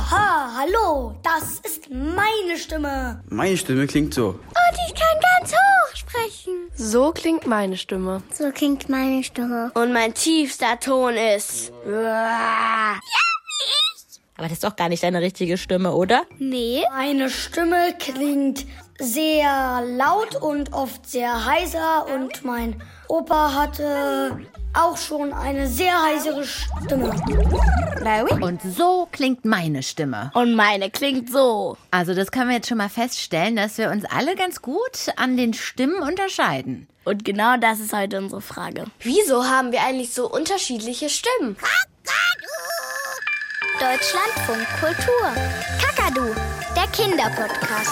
Haha, hallo, das ist meine Stimme. Meine Stimme klingt so. Und ich kann ganz hoch sprechen. So klingt meine Stimme. So klingt meine Stimme. Und mein tiefster Ton ist... Ja, wie ich. Aber das ist doch gar nicht deine richtige Stimme, oder? Nee. Meine Stimme klingt sehr laut und oft sehr heiser und mein Opa hatte auch schon eine sehr heisere Stimme. Und so klingt meine Stimme. Und meine klingt so. Also das können wir jetzt schon mal feststellen, dass wir uns alle ganz gut an den Stimmen unterscheiden. Und genau das ist heute unsere Frage. Wieso haben wir eigentlich so unterschiedliche Stimmen? Deutschlandfunk Kultur. Kakadu, der Kinderpodcast.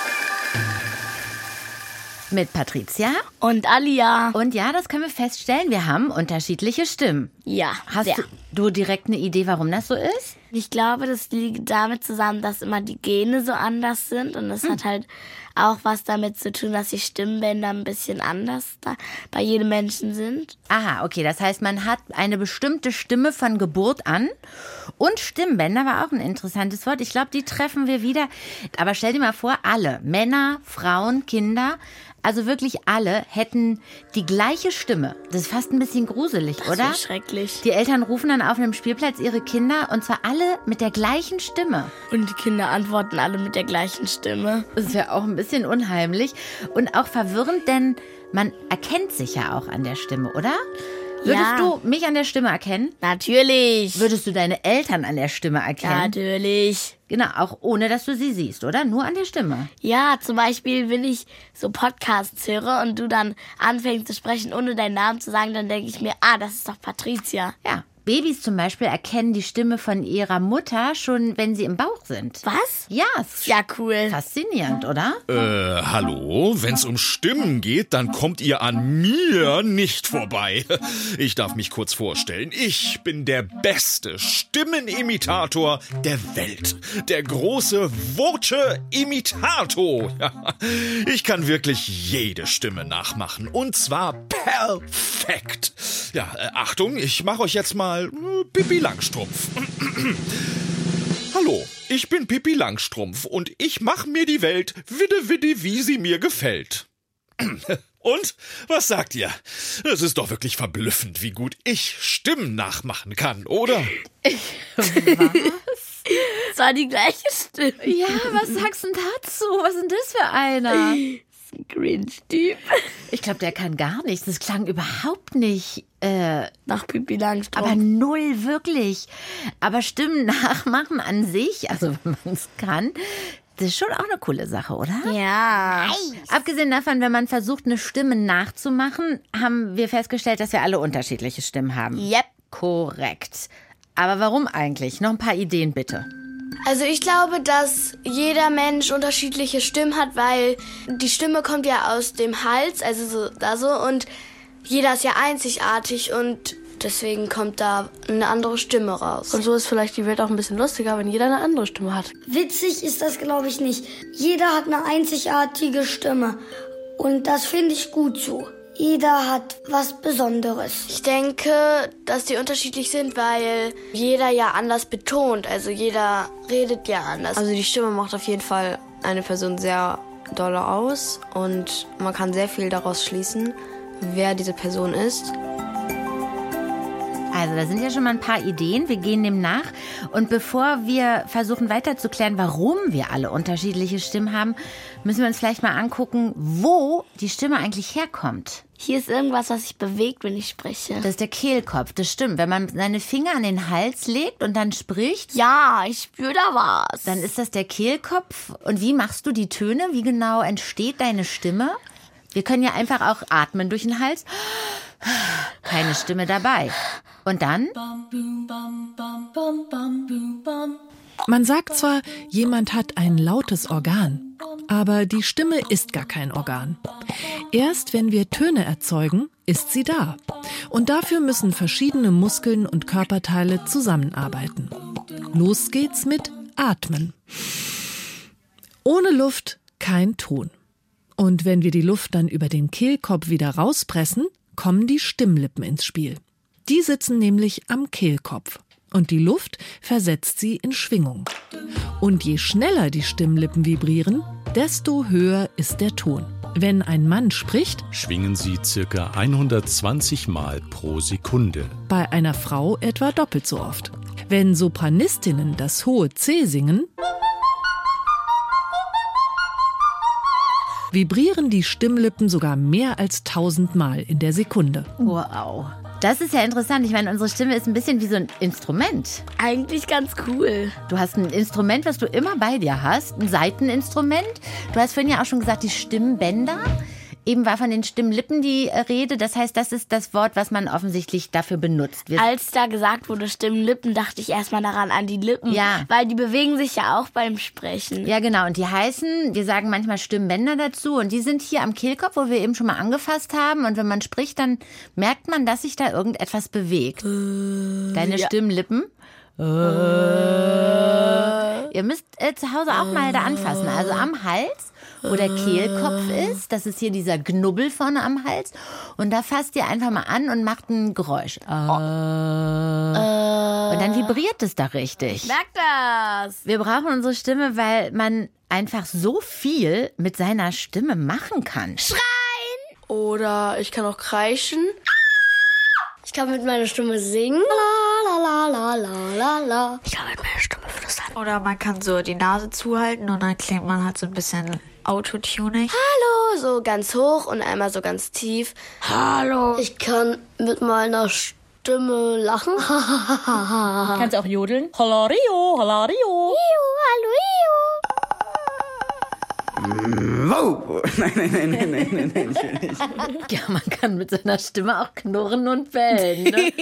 Mit Patricia. Und Alia. Und ja, das können wir feststellen, wir haben unterschiedliche Stimmen. Ja, Hast sehr. du direkt eine Idee, warum das so ist? Ich glaube, das liegt damit zusammen, dass immer die Gene so anders sind. Und das hat halt auch was damit zu tun, dass die Stimmbänder ein bisschen anders da bei jedem Menschen sind. Aha, okay, das heißt, man hat eine bestimmte Stimme von Geburt an. Und Stimmbänder war auch ein interessantes Wort. Ich glaube, die treffen wir wieder. Aber stell dir mal vor, alle, Männer, Frauen, Kinder, also wirklich alle hätten die gleiche Stimme. Das ist fast ein bisschen gruselig, oder? Das ist schrecklich. Die Eltern rufen dann auf einem Spielplatz ihre Kinder und zwar alle mit der gleichen Stimme. Und die Kinder antworten alle mit der gleichen Stimme. Das wäre auch ein bisschen unheimlich und auch verwirrend, denn man erkennt sich ja auch an der Stimme, oder? Würdest du mich an der Stimme erkennen? Natürlich. Würdest du deine Eltern an der Stimme erkennen? Natürlich. Genau, auch ohne, dass du sie siehst, oder? Nur an der Stimme. Ja, zum Beispiel, wenn ich so Podcasts höre und du dann anfängst zu sprechen, ohne deinen Namen zu sagen, dann denke ich mir, das ist doch Patricia. Ja. Babys zum Beispiel erkennen die Stimme von ihrer Mutter schon, wenn sie im Bauch sind. Was? Ja, Ja, cool. faszinierend, oder? Hallo? Wenn's um Stimmen geht, dann kommt ihr an mir nicht vorbei. Ich darf mich kurz vorstellen. Ich bin der beste Stimmenimitator der Welt. Der große Voce-Imitator. Ich kann wirklich jede Stimme nachmachen. Und zwar perfekt. Ja, Achtung, ich mache euch jetzt mal Pippi Langstrumpf. Hallo, ich bin Pippi Langstrumpf und ich mach mir die Welt widde, wie sie mir gefällt. Und, was sagt ihr? Es ist doch wirklich verblüffend, wie gut ich Stimmen nachmachen kann, oder? Das war die gleiche Stimme. Ja, was sagst du denn dazu? Was ist denn das für einer? Grinch-Typ. Ich glaube, der kann gar nichts. Das klang überhaupt nicht Nach Pippi Langstrumpf. aber null wirklich. Aber Stimmen nachmachen an sich, also wenn man es kann, das ist schon auch eine coole Sache, oder? Ja. Abgesehen davon, wenn man versucht, eine Stimme nachzumachen, haben wir festgestellt, dass wir alle unterschiedliche Stimmen haben. Yep. Korrekt. Aber warum eigentlich? Noch ein paar Ideen, bitte. Also ich glaube, dass jeder Mensch unterschiedliche Stimmen hat, weil die Stimme kommt ja aus dem Hals, also so, und jeder ist ja einzigartig und deswegen kommt da eine andere Stimme raus. Und so ist vielleicht die Welt auch ein bisschen lustiger, wenn jeder eine andere Stimme hat. Witzig ist das, glaube ich, nicht. Jeder hat eine einzigartige Stimme. Und das finde ich gut so. Jeder hat was Besonderes. Ich denke, dass die unterschiedlich sind, weil jeder ja anders betont. Also jeder redet ja anders. Also die Stimme macht auf jeden Fall eine Person sehr doll aus und man kann sehr viel daraus schließen, wer diese Person ist. Also da sind ja schon mal ein paar Ideen, wir gehen dem nach. Und bevor wir versuchen weiterzuklären, warum wir alle unterschiedliche Stimmen haben, müssen wir uns vielleicht mal angucken, wo die Stimme eigentlich herkommt. Hier ist irgendwas, was sich bewegt, wenn ich spreche. Das ist der Kehlkopf, das stimmt. Wenn man seine Finger an den Hals legt und dann spricht, Ja, ich spüre da was. dann ist das der Kehlkopf. Und wie machst du die Töne? Wie genau entsteht deine Stimme? Wir können ja einfach auch atmen durch den Hals. Keine Stimme dabei. Und dann? Man sagt zwar, jemand hat ein lautes Organ, aber die Stimme ist gar kein Organ. Erst wenn wir Töne erzeugen, ist sie da. Und dafür müssen verschiedene Muskeln und Körperteile zusammenarbeiten. Los geht's mit Atmen. Ohne Luft kein Ton. Und wenn wir die Luft dann über den Kehlkopf wieder rauspressen, kommen die Stimmlippen ins Spiel. Die sitzen nämlich am Kehlkopf. und die Luft versetzt sie in Schwingung. Und je schneller die Stimmlippen vibrieren, desto höher ist der Ton. Wenn ein Mann spricht, schwingen sie ca. 120 Mal pro Sekunde. Bei einer Frau etwa doppelt so oft. Wenn Sopranistinnen das hohe C singen, vibrieren die Stimmlippen sogar mehr als 1000 Mal in der Sekunde. Wow. Das ist ja interessant. Ich meine, unsere Stimme ist ein bisschen wie so ein Instrument. Eigentlich ganz cool. Du hast ein Instrument, was du immer bei dir hast, ein Saiteninstrument. Du hast vorhin ja auch schon gesagt, die Stimmbänder. Eben war von den Stimmlippen die Rede. Das heißt, das ist das Wort, was man offensichtlich dafür benutzt. Als da gesagt wurde Stimmlippen, dachte ich erstmal daran an die Lippen. Ja. Weil die bewegen sich ja auch beim Sprechen. Ja, genau. Und die heißen, wir sagen manchmal Stimmbänder dazu. Und die sind hier am Kehlkopf, wo wir eben schon mal angefasst haben. Und wenn man spricht, dann merkt man, dass sich da irgendetwas bewegt. Deine Stimmlippen. Ihr müsst zu Hause auch mal da anfassen. Also am Hals, wo der Kehlkopf ist. Das ist hier dieser Knubbel vorne am Hals. Und da fasst ihr einfach mal an und macht ein Geräusch. Und dann vibriert es da richtig. Merkt das. Wir brauchen unsere Stimme, weil man einfach so viel mit seiner Stimme machen kann. Schreien! Oder ich kann auch kreischen. Ich kann mit meiner Stimme singen. La la la la la la. Ich kann mit meiner Stimme flüstern. Oder man kann so die Nase zuhalten und dann klingt man halt so ein bisschen autotunig. Hallo, so ganz hoch und einmal so ganz tief. Hallo. Ich kann mit meiner Stimme lachen. Kannst auch jodeln. Halario, halario. Hallo, Wow. Nein, Ja, man kann mit seiner Stimme auch knurren und bellen. Ne?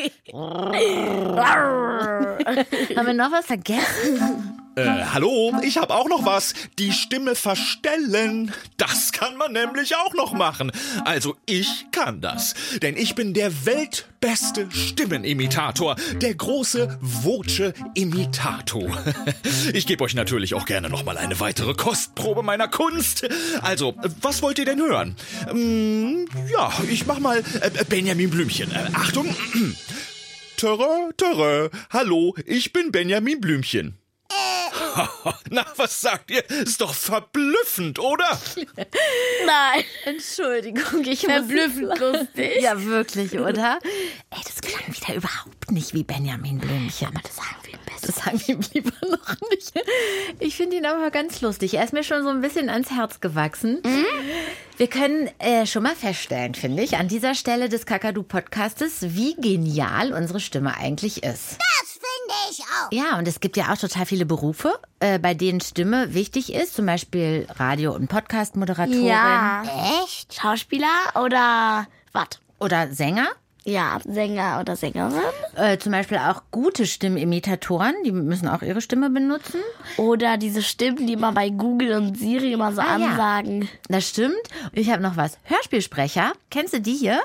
Haben wir noch was vergessen? Hallo, ich habe auch noch was. Die Stimme verstellen. Das kann man nämlich auch noch machen. Also ich kann das. Denn ich bin der weltbeste Stimmenimitator. Der große Voce Imitator. Ich gebe euch natürlich auch gerne noch mal eine weitere Kostprobe meiner Kunst. Also, was wollt ihr denn hören? Ja, ich mach mal Benjamin Blümchen. Achtung. Törö, törö. Hallo, ich bin Benjamin Blümchen. Na, was sagt ihr? Ist doch verblüffend, oder? Nein. Entschuldigung, ich muss Verblüffend lustig. Ja, wirklich, oder? Ey, das klang wieder überhaupt nicht wie Benjamin Blümchen. Aber das sagen wir ihm besser. Das sagen wir ihm lieber noch nicht. Ich finde ihn aber ganz lustig. Er ist mir schon so ein bisschen ans Herz gewachsen. Wir können schon mal feststellen, finde ich, an dieser Stelle des Kakadu-Podcastes, wie genial unsere Stimme eigentlich ist. Das finde ich auch. Ja, und es gibt ja auch total viele Berufe, bei denen Stimme wichtig ist. Zum Beispiel Radio- und Podcast-Moderatorin. Ja. Echt? Schauspieler oder was? Oder Sänger. Ja, Sänger oder Sängerin. Zum Beispiel auch gute Stimmimitatoren, die müssen auch ihre Stimme benutzen. Oder diese Stimmen, die immer bei Google und Siri immer so ansagen. Ja. Das stimmt. Ich habe noch was. Hörspielsprecher. Kennst du die hier?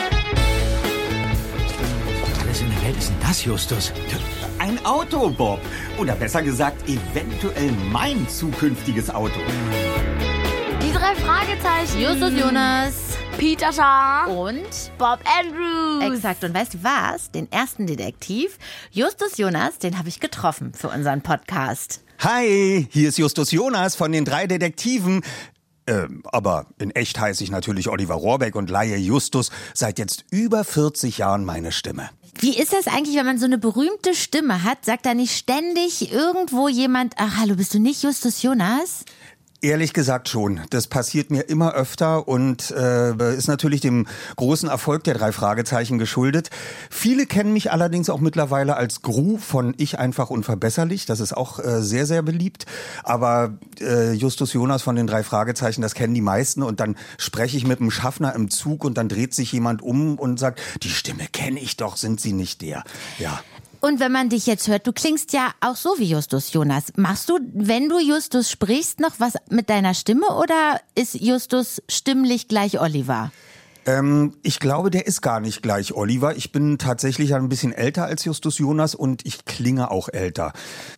Alles in der Welt ist denn das, Justus? Ein Auto, Bob. Oder besser gesagt, eventuell mein zukünftiges Auto. Die 3 Fragezeichen. Justus Jonas. Peter Shaw. Und Bob Andrews. Exakt. Und weißt du was? Den ersten Detektiv, Justus Jonas, den habe ich getroffen für unseren Podcast. Hi, hier ist Justus Jonas von den 3 Detektiven. Aber in echt heiße ich natürlich Oliver Rohrbeck und leihe Justus seit jetzt über 40 Jahren meine Stimme. Wie ist das eigentlich, wenn man so eine berühmte Stimme hat? Sagt da nicht ständig irgendwo jemand, ach hallo, bist du nicht Justus Jonas? Ehrlich gesagt schon. Das passiert mir immer öfter und ist natürlich dem großen Erfolg der 3 Fragezeichen geschuldet. Viele kennen mich allerdings auch mittlerweile als Gru von Ich einfach unverbesserlich. Das ist auch sehr, sehr beliebt. Aber Justus Jonas von den 3 Fragezeichen, das kennen die meisten. Und dann spreche ich mit einem Schaffner im Zug und dann dreht sich jemand um und sagt, die Stimme kenne ich doch, sind Sie nicht der? Ja. Und wenn man dich jetzt hört, du klingst ja auch so wie Justus Jonas. Machst du, wenn du Justus sprichst, noch was mit deiner Stimme oder ist Justus stimmlich gleich Oliver? Ich glaube, der ist gar nicht gleich Oliver. Ich bin tatsächlich ein bisschen älter als Justus Jonas und ich klinge auch älter.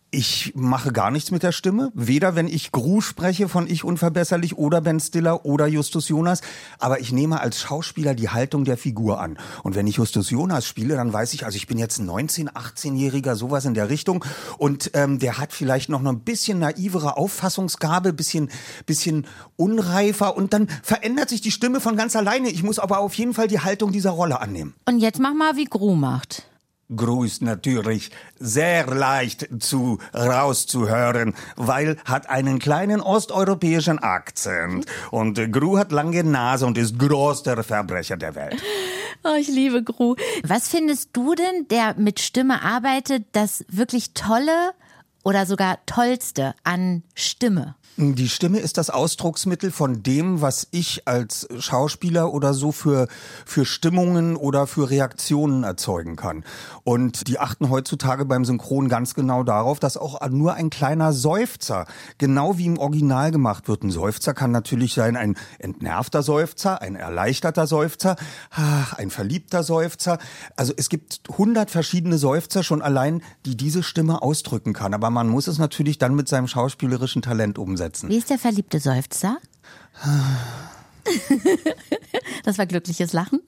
Ich mache gar nichts mit der Stimme, weder wenn ich Gru spreche von Ich unverbesserlich oder Ben Stiller oder Justus Jonas, aber ich nehme als Schauspieler die Haltung der Figur an. Und wenn ich Justus Jonas spiele, dann weiß ich, also ich bin jetzt ein 19-, 18-Jähriger, sowas in der Richtung und der hat vielleicht noch ein bisschen naivere Auffassungsgabe, bisschen unreifer und dann verändert sich die Stimme von ganz alleine. Ich muss aber auf jeden Fall die Haltung dieser Rolle annehmen. Und jetzt mach mal, wie Gru macht. Gru ist natürlich sehr leicht rauszuhören, weil hat einen kleinen osteuropäischen Akzent. Und Gru hat lange Nase und ist größter Verbrecher der Welt. Oh, ich liebe Gru. Was findest du denn, der mit Stimme arbeitet, das wirklich Tolle oder sogar Tollste an Stimme? Die Stimme ist das Ausdrucksmittel von dem, was ich als Schauspieler oder so für Stimmungen oder für Reaktionen erzeugen kann. Und die achten heutzutage beim Synchron ganz genau darauf, dass auch nur ein kleiner Seufzer, genau wie im Original gemacht wird. Ein Seufzer kann natürlich sein ein entnervter Seufzer, ein erleichterter Seufzer, ein verliebter Seufzer. Also es gibt 100 verschiedene Seufzer schon allein, die diese Stimme ausdrücken kann. Aber man muss es natürlich dann mit seinem schauspielerischen Talent umsetzen. Wie ist der verliebte Seufzer? Das war glückliches Lachen.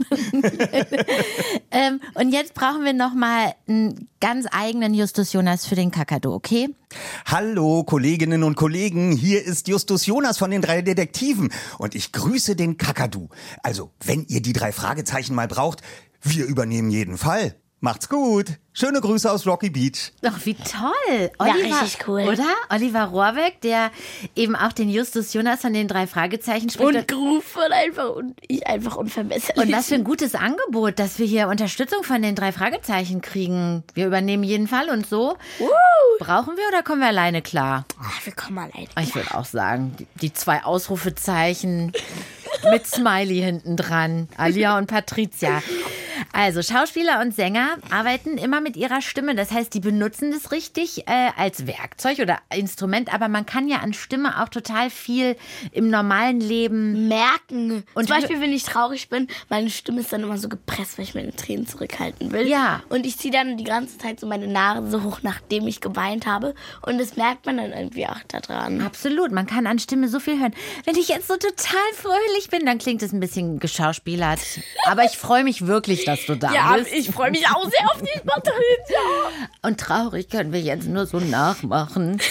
Und jetzt brauchen wir noch mal einen ganz eigenen Justus Jonas für den Kakadu, okay? Hallo Kolleginnen und Kollegen, hier ist Justus Jonas von den 3 Detektiven und ich grüße den Kakadu. Also, wenn ihr die 3 Fragezeichen mal braucht, wir übernehmen jeden Fall. Macht's gut. Schöne Grüße aus Rocky Beach. Doch, wie toll. Oliver, ja, richtig cool. Oder? Oliver Rohrbeck, der eben auch den Justus Jonas von den 3 Fragezeichen spricht. Und Gru und ich einfach unverbesserlich. Und was für ein gutes Angebot, dass wir hier Unterstützung von den 3 Fragezeichen kriegen. Wir übernehmen jeden Fall und so. Brauchen wir oder kommen wir alleine klar? Ach, wir kommen alleine klar. Ich würde auch sagen, die 2 Ausrufezeichen mit Smiley hinten dran. Alia und Patricia. Also Schauspieler und Sänger arbeiten immer mit ihrer Stimme. Das heißt, die benutzen das richtig als Werkzeug oder Instrument. Aber man kann ja an Stimme auch total viel im normalen Leben merken. Und zum Beispiel, wenn ich traurig bin, meine Stimme ist dann immer so gepresst, weil ich meine Tränen zurückhalten will. Ja. Und ich ziehe dann die ganze Zeit so meine Nase hoch, nachdem ich geweint habe. Und das merkt man dann irgendwie auch daran. Absolut. Man kann an Stimme so viel hören. Wenn ich jetzt so total fröhlich bin, dann klingt es ein bisschen geschauspielert. Aber ich freue mich wirklich, dass du da bist. Ja, ich freue mich auch sehr auf die Patricia. Und traurig können wir jetzt nur so nachmachen.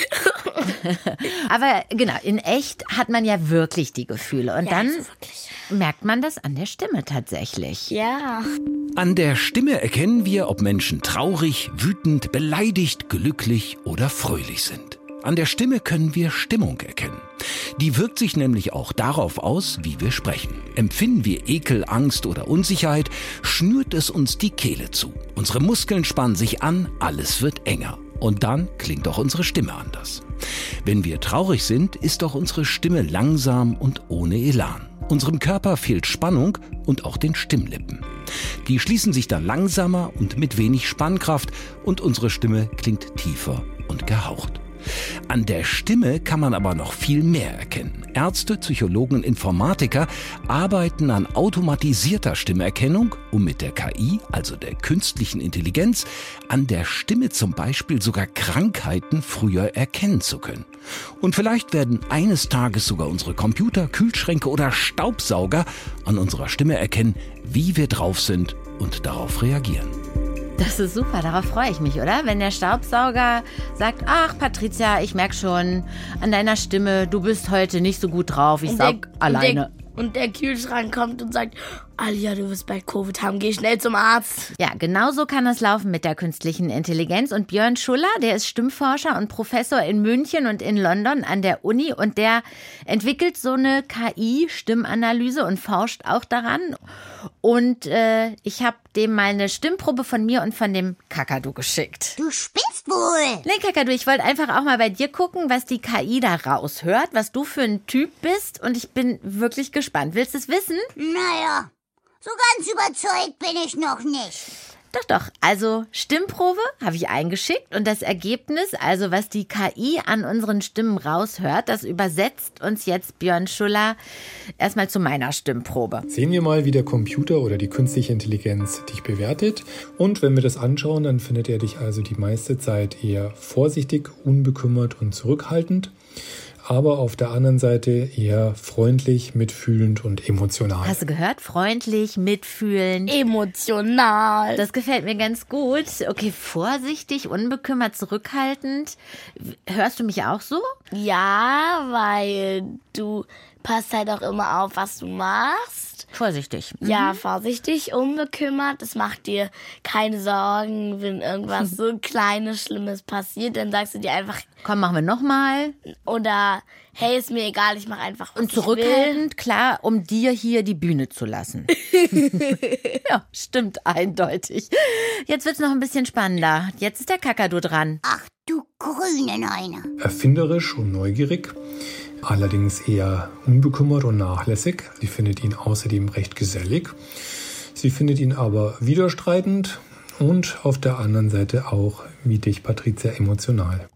Aber genau, in echt hat man ja wirklich die Gefühle. Und dann merkt man das an der Stimme tatsächlich. Ja. An der Stimme erkennen wir, ob Menschen traurig, wütend, beleidigt, glücklich oder fröhlich sind. An der Stimme können wir Stimmung erkennen. Die wirkt sich nämlich auch darauf aus, wie wir sprechen. Empfinden wir Ekel, Angst oder Unsicherheit, schnürt es uns die Kehle zu. Unsere Muskeln spannen sich an, alles wird enger. Und dann klingt auch unsere Stimme anders. Wenn wir traurig sind, ist auch unsere Stimme langsam und ohne Elan. Unserem Körper fehlt Spannung und auch den Stimmlippen. Die schließen sich dann langsamer und mit wenig Spannkraft und unsere Stimme klingt tiefer und gehaucht. An der Stimme kann man aber noch viel mehr erkennen. Ärzte, Psychologen und Informatiker arbeiten an automatisierter Stimmerkennung, um mit der KI, also der künstlichen Intelligenz, an der Stimme zum Beispiel sogar Krankheiten früher erkennen zu können. Und vielleicht werden eines Tages sogar unsere Computer, Kühlschränke oder Staubsauger an unserer Stimme erkennen, wie wir drauf sind und darauf reagieren. Das ist super, darauf freue ich mich, oder? Wenn der Staubsauger sagt, ach Patricia, ich merke schon an deiner Stimme, du bist heute nicht so gut drauf, ich saug alleine. Und der Kühlschrank kommt und sagt, Alia, du wirst bald Covid haben, geh schnell zum Arzt. Ja, genau so kann es laufen mit der künstlichen Intelligenz. Und Björn Schuller, der ist Stimmforscher und Professor in München und in London an der Uni. Und der entwickelt so eine KI-Stimmanalyse und forscht auch daran. Und ich habe dem mal eine Stimmprobe von mir und von dem Kakadu geschickt. Du spinnst wohl. Nee, Kakadu, ich wollte einfach auch mal bei dir gucken, was die KI da raushört, was du für ein Typ bist. Und ich bin wirklich gespannt. Willst du es wissen? Naja, so ganz überzeugt bin ich noch nicht. Doch. Also Stimmprobe habe ich eingeschickt und das Ergebnis, also was die KI an unseren Stimmen raushört, das übersetzt uns jetzt Björn Schuller erstmal zu meiner Stimmprobe. Sehen wir mal, wie der Computer oder die künstliche Intelligenz dich bewertet. Und wenn wir das anschauen, dann findet er dich also die meiste Zeit eher vorsichtig, unbekümmert und zurückhaltend. Aber auf der anderen Seite eher freundlich, mitfühlend und emotional. Hast du gehört? Freundlich, mitfühlend. Emotional. Das gefällt mir ganz gut. Okay, vorsichtig, unbekümmert, zurückhaltend. Hörst du mich auch so? Ja, weil du passt halt auch immer auf, was du machst. Vorsichtig. Ja, vorsichtig, unbekümmert. Es macht dir keine Sorgen, wenn irgendwas so Kleines, Schlimmes passiert. Dann sagst du dir einfach, komm, machen wir nochmal. Oder, hey, ist mir egal, ich mache einfach, was und zurückhaltend, klar, um dir hier die Bühne zu lassen. Ja, stimmt, eindeutig. Jetzt wird's noch ein bisschen spannender. Jetzt ist der Kakadu dran. Ach, du grüne Neune. Erfinderisch und neugierig. Allerdings eher unbekümmert und nachlässig. Sie findet ihn außerdem recht gesellig. Sie findet ihn aber widerstreitend und auf der anderen Seite auch, wie dich, Patricia, emotional.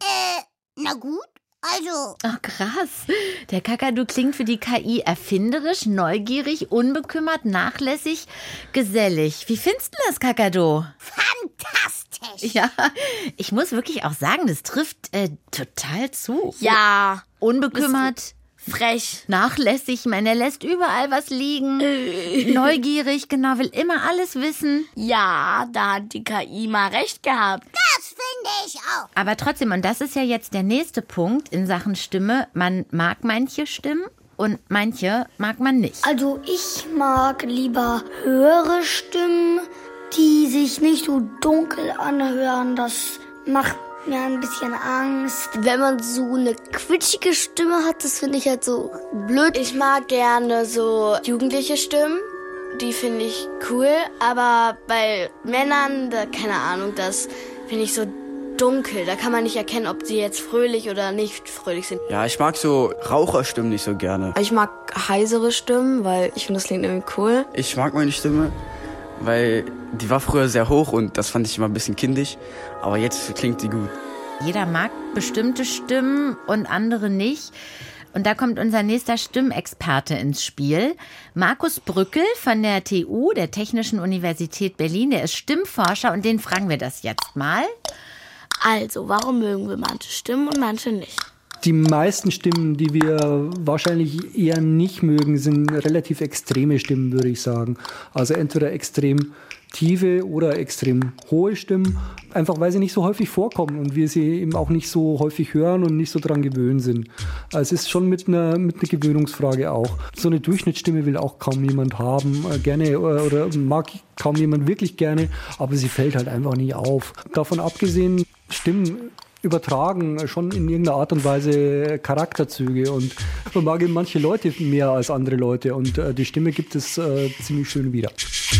Na gut, also... Ach, krass. Der Kakadu klingt für die KI erfinderisch, neugierig, unbekümmert, nachlässig, gesellig. Wie findest du das, Kakadu? Fantastisch. Ja, ich muss wirklich auch sagen, das trifft total zu. Ja. Unbekümmert, frech, nachlässig, er lässt überall was liegen, neugierig, genau, will immer alles wissen. Ja, da hat die KI mal recht gehabt. Das finde ich auch. Aber trotzdem, und das ist ja jetzt der nächste Punkt in Sachen Stimme, man mag manche Stimmen und manche mag man nicht. Also ich mag lieber höhere Stimmen, die sich nicht so dunkel anhören. Das macht mir ein bisschen Angst. Wenn man so eine quitschige Stimme hat, das finde ich halt so blöd. Ich mag gerne so jugendliche Stimmen, die finde ich cool. Aber bei Männern, keine Ahnung, das finde ich so dunkel. Da kann man nicht erkennen, ob sie jetzt fröhlich oder nicht fröhlich sind. Ja, ich mag so Raucherstimmen nicht so gerne. Ich mag heisere Stimmen, weil ich finde, das klingt irgendwie cool. Ich mag meine Stimme, weil die war früher sehr hoch und das fand ich immer ein bisschen kindisch, aber jetzt klingt die gut. Jeder mag bestimmte Stimmen und andere nicht. Und da kommt unser nächster Stimmexperte ins Spiel. Markus Brückel von der TU, der Technischen Universität Berlin, der ist Stimmforscher und den fragen wir das jetzt mal. Also, warum mögen wir manche Stimmen und manche nicht? Die meisten Stimmen, die wir wahrscheinlich eher nicht mögen, sind relativ extreme Stimmen, würde ich sagen. Also entweder extrem tiefe oder extrem hohe Stimmen, einfach weil sie nicht so häufig vorkommen und wir sie eben auch nicht so häufig hören und nicht so dran gewöhnt sind. Also es ist schon mit einer Gewöhnungsfrage auch. So eine Durchschnittsstimme will auch kaum jemand haben, gerne oder mag kaum jemand wirklich gerne, aber sie fällt halt einfach nicht auf. Davon abgesehen, Stimmen übertragen schon in irgendeiner Art und Weise Charakterzüge und man mag eben manche Leute mehr als andere Leute und die Stimme gibt es ziemlich schön wieder.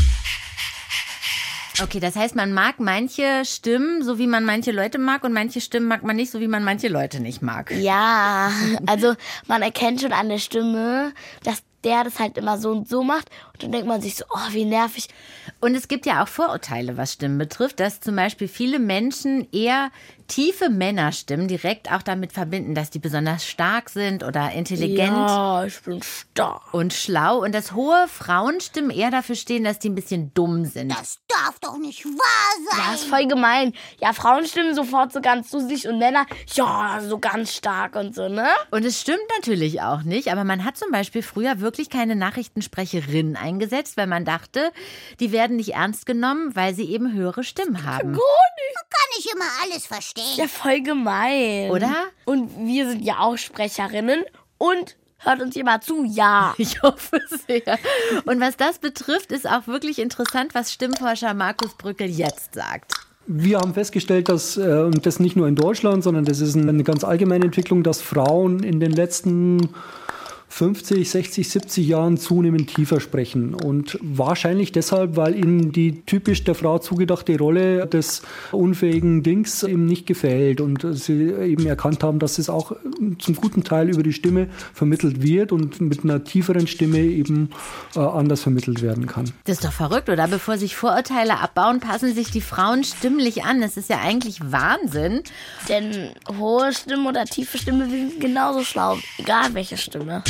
Okay, das heißt, man mag manche Stimmen, so wie man manche Leute mag und manche Stimmen mag man nicht, so wie man manche Leute nicht mag. Ja, also man erkennt schon an der Stimme, dass der das halt immer so und so macht und dann denkt man sich so, oh, wie nervig. Und es gibt ja auch Vorurteile, was Stimmen betrifft, dass zum Beispiel viele Menschen eher tiefe Männerstimmen direkt auch damit verbinden, dass die besonders stark sind oder intelligent. Ja, ich bin stark. Und schlau. Und dass hohe Frauenstimmen eher dafür stehen, dass die ein bisschen dumm sind. Das darf doch nicht wahr sein. Ja, ist voll gemein. Ja, Frauen stimmen sofort so ganz zu sich und Männer, ja, so ganz stark und so, ne? Und es stimmt natürlich auch nicht, aber man hat zum Beispiel früher wirklich keine Nachrichtensprecherin eingesetzt, weil man dachte, die werden nicht ernst genommen, weil sie eben höhere Stimmen haben. Gut. Man kann nicht immer alles verstehen. Ja, voll gemein. Oder? Und wir sind ja auch Sprecherinnen und hört uns jemand zu? Ja. Ich hoffe sehr. Und was das betrifft, ist auch wirklich interessant, was Stimmforscher Markus Brückel jetzt sagt. Wir haben festgestellt, dass, und das nicht nur in Deutschland, sondern das ist eine ganz allgemeine Entwicklung, dass Frauen in den letzten 50, 60, 70 Jahren zunehmend tiefer sprechen. Und wahrscheinlich deshalb, weil ihnen die typisch der Frau zugedachte Rolle des unfähigen Dings eben nicht gefällt. Und sie eben erkannt haben, dass es auch zum guten Teil über die Stimme vermittelt wird und mit einer tieferen Stimme eben anders vermittelt werden kann. Das ist doch verrückt, oder? Bevor sich Vorurteile abbauen, passen sich die Frauen stimmlich an. Das ist ja eigentlich Wahnsinn. Denn hohe Stimme oder tiefe Stimme sind genauso schlau, egal welche Stimme.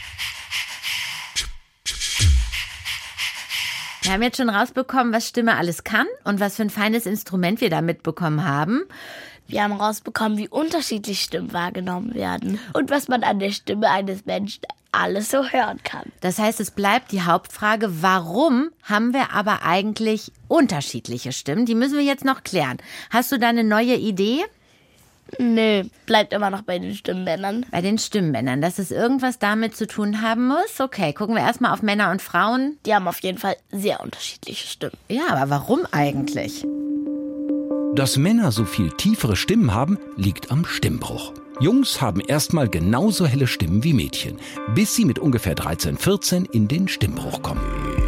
Wir haben jetzt schon rausbekommen, was Stimme alles kann und was für ein feines Instrument wir da mitbekommen haben. Wir haben rausbekommen, wie unterschiedlich Stimmen wahrgenommen werden und was man an der Stimme eines Menschen alles so hören kann. Das heißt, es bleibt die Hauptfrage, warum haben wir aber eigentlich unterschiedliche Stimmen? Die müssen wir jetzt noch klären. Hast du da eine neue Idee? Nö, bleibt immer noch bei den Stimmbändern. Bei den Stimmbändern, dass es irgendwas damit zu tun haben muss? Okay, gucken wir erstmal auf Männer und Frauen. Die haben auf jeden Fall sehr unterschiedliche Stimmen. Ja, aber warum eigentlich? Dass Männer so viel tiefere Stimmen haben, liegt am Stimmbruch. Jungs haben erstmal genauso helle Stimmen wie Mädchen, bis sie mit ungefähr 13, 14 in den Stimmbruch kommen.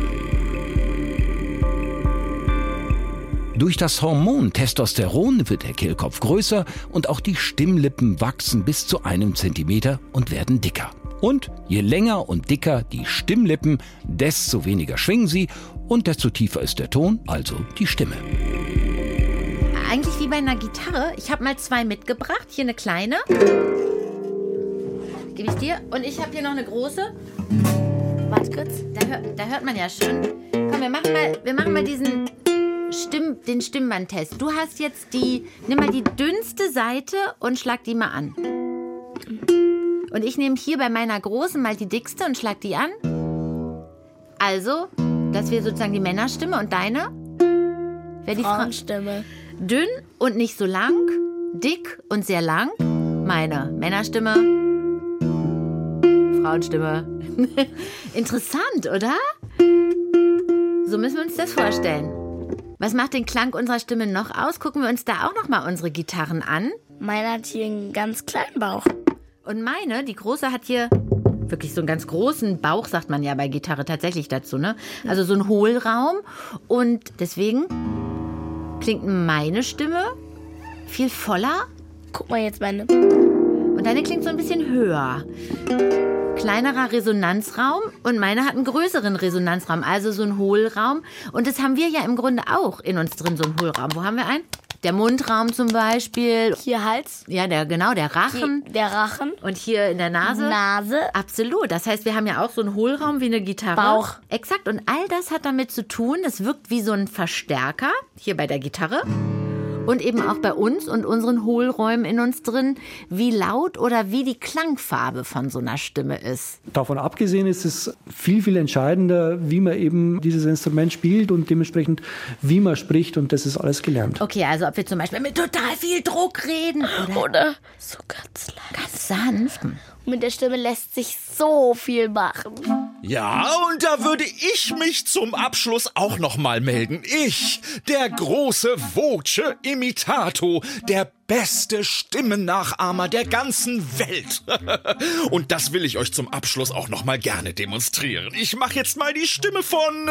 Durch das Hormon Testosteron wird der Kehlkopf größer und auch die Stimmlippen wachsen bis zu 1 Zentimeter und werden dicker. Und je länger und dicker die Stimmlippen, desto weniger schwingen sie und desto tiefer ist der Ton, also die Stimme. Eigentlich wie bei einer Gitarre. Ich habe mal 2 mitgebracht. Hier eine kleine. Gebe ich dir. Und ich habe hier noch eine große. Warte kurz. Da hört man ja schon. Komm, wir machen mal den Stimmbandtest. Du hast jetzt nimm mal die dünnste Seite und schlag die mal an. Und ich nehme hier bei meiner großen mal die dickste und schlag die an. Also, das wäre sozusagen die Männerstimme und deine? Wäre die Frauenstimme. Dünn und nicht so lang, dick und sehr lang. Meine Männerstimme, Frauenstimme. Interessant, oder? So müssen wir uns das vorstellen. Was macht den Klang unserer Stimme noch aus? Gucken wir uns da auch noch mal unsere Gitarren an. Meine hat hier einen ganz kleinen Bauch. Und meine, die große, hat hier wirklich so einen ganz großen Bauch, sagt man ja bei Gitarre tatsächlich dazu, ne? Also so einen Hohlraum. Und deswegen klingt meine Stimme viel voller. Guck mal jetzt meine. Und deine klingt so ein bisschen höher. Kleinerer Resonanzraum und meine hat einen größeren Resonanzraum, also so einen Hohlraum. Und das haben wir ja im Grunde auch in uns drin, so einen Hohlraum. Wo haben wir einen? Der Mundraum zum Beispiel. Hier Hals. Ja, der Rachen. Hier, der Rachen. Und hier in der Nase. Nase. Absolut. Das heißt, wir haben ja auch so einen Hohlraum wie eine Gitarre. Bauch. Exakt. Und all das hat damit zu tun, das wirkt wie so ein Verstärker, hier bei der Gitarre. Und eben auch bei uns und unseren Hohlräumen in uns drin, wie laut oder wie die Klangfarbe von so einer Stimme ist. Davon abgesehen ist es viel, viel entscheidender, wie man eben dieses Instrument spielt und dementsprechend, wie man spricht, und das ist alles gelernt. Okay, also ob wir zum Beispiel mit total viel Druck reden oder so ganz leise. Ganz sanft. Mit der Stimme lässt sich so viel machen. Ja, und da würde ich mich zum Abschluss auch noch mal melden. Ich, der große Voce-Imitator, der beste Stimmennachahmer der ganzen Welt. Und das will ich euch zum Abschluss auch noch mal gerne demonstrieren. Ich mache jetzt mal die Stimme von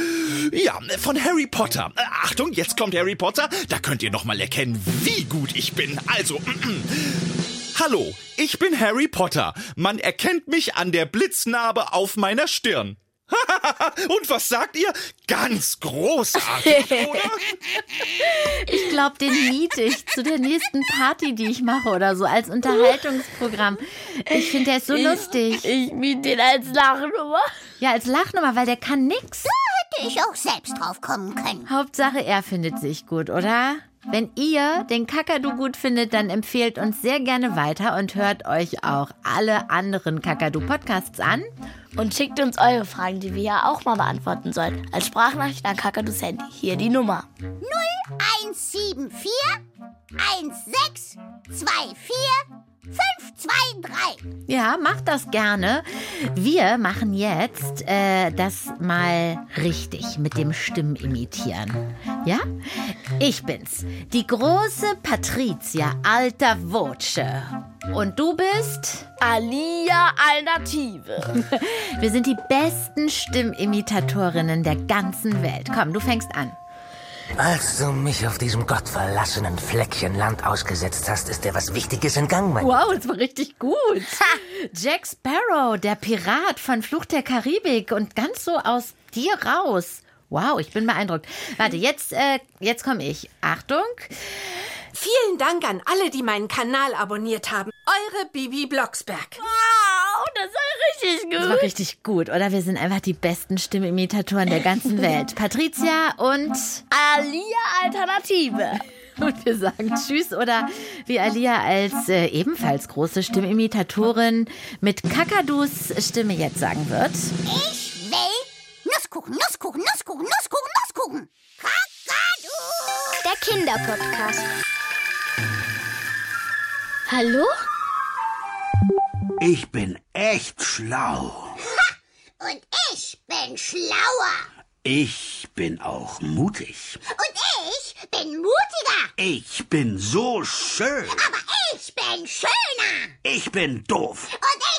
Harry Potter. Achtung, jetzt kommt Harry Potter. Da könnt ihr noch mal erkennen, wie gut ich bin. Also, hallo, ich bin Harry Potter. Man erkennt mich an der Blitznarbe auf meiner Stirn. Und was sagt ihr? Ganz großartig, oder? Ich glaube, den miete ich zu der nächsten Party, die ich mache oder so, als Unterhaltungsprogramm. Ich finde, der ist so lustig. Ich miete den als Lachnummer. Ja, als Lachnummer, weil der kann nix. Da hätte ich auch selbst drauf kommen können. Hauptsache, er findet sich gut, oder? Wenn ihr den Kakadu gut findet, dann empfehlt uns sehr gerne weiter und hört euch auch alle anderen Kakadu-Podcasts an. Und schickt uns eure Fragen, die wir ja auch mal beantworten sollen. Als Sprachnachricht an Kakadus Handy. Hier die Nummer. 0174 1624 5, 2, 3. Ja, mach das gerne. Wir machen jetzt das mal richtig mit dem Stimmimitieren. Ja? Ich bin's, die große Patricia Alta Voce. Und du bist? Alia Alternative. Wir sind die besten Stimmimitatorinnen der ganzen Welt. Komm, du fängst an. Als du mich auf diesem gottverlassenen Fleckchen Land ausgesetzt hast, ist dir was Wichtiges entgangen, mein Wow, das war richtig gut. Jack Sparrow, der Pirat von Fluch der Karibik und ganz so aus dir raus. Wow, ich bin beeindruckt. Warte, jetzt komme ich. Achtung. Vielen Dank an alle, die meinen Kanal abonniert haben. Eure Bibi Blocksberg. Wow, das war richtig gut. Das war richtig gut, oder? Wir sind einfach die besten Stimmimitatoren der ganzen Welt. Patricia und Alia Alternative. Und wir sagen Tschüss oder wie Alia als ebenfalls große Stimmimitatorin mit Kakadus Stimme jetzt sagen wird. Ich will Nusskuchen, Nusskuchen, Nusskuchen, Nusskuchen, Nusskuchen. Kakadu. Der Kinderpodcast. Hallo? Ich bin echt schlau. Ha! Und ich bin schlauer. Ich bin auch mutig. Und ich bin mutiger. Ich bin so schön. Aber ich bin schöner. Ich bin doof. Und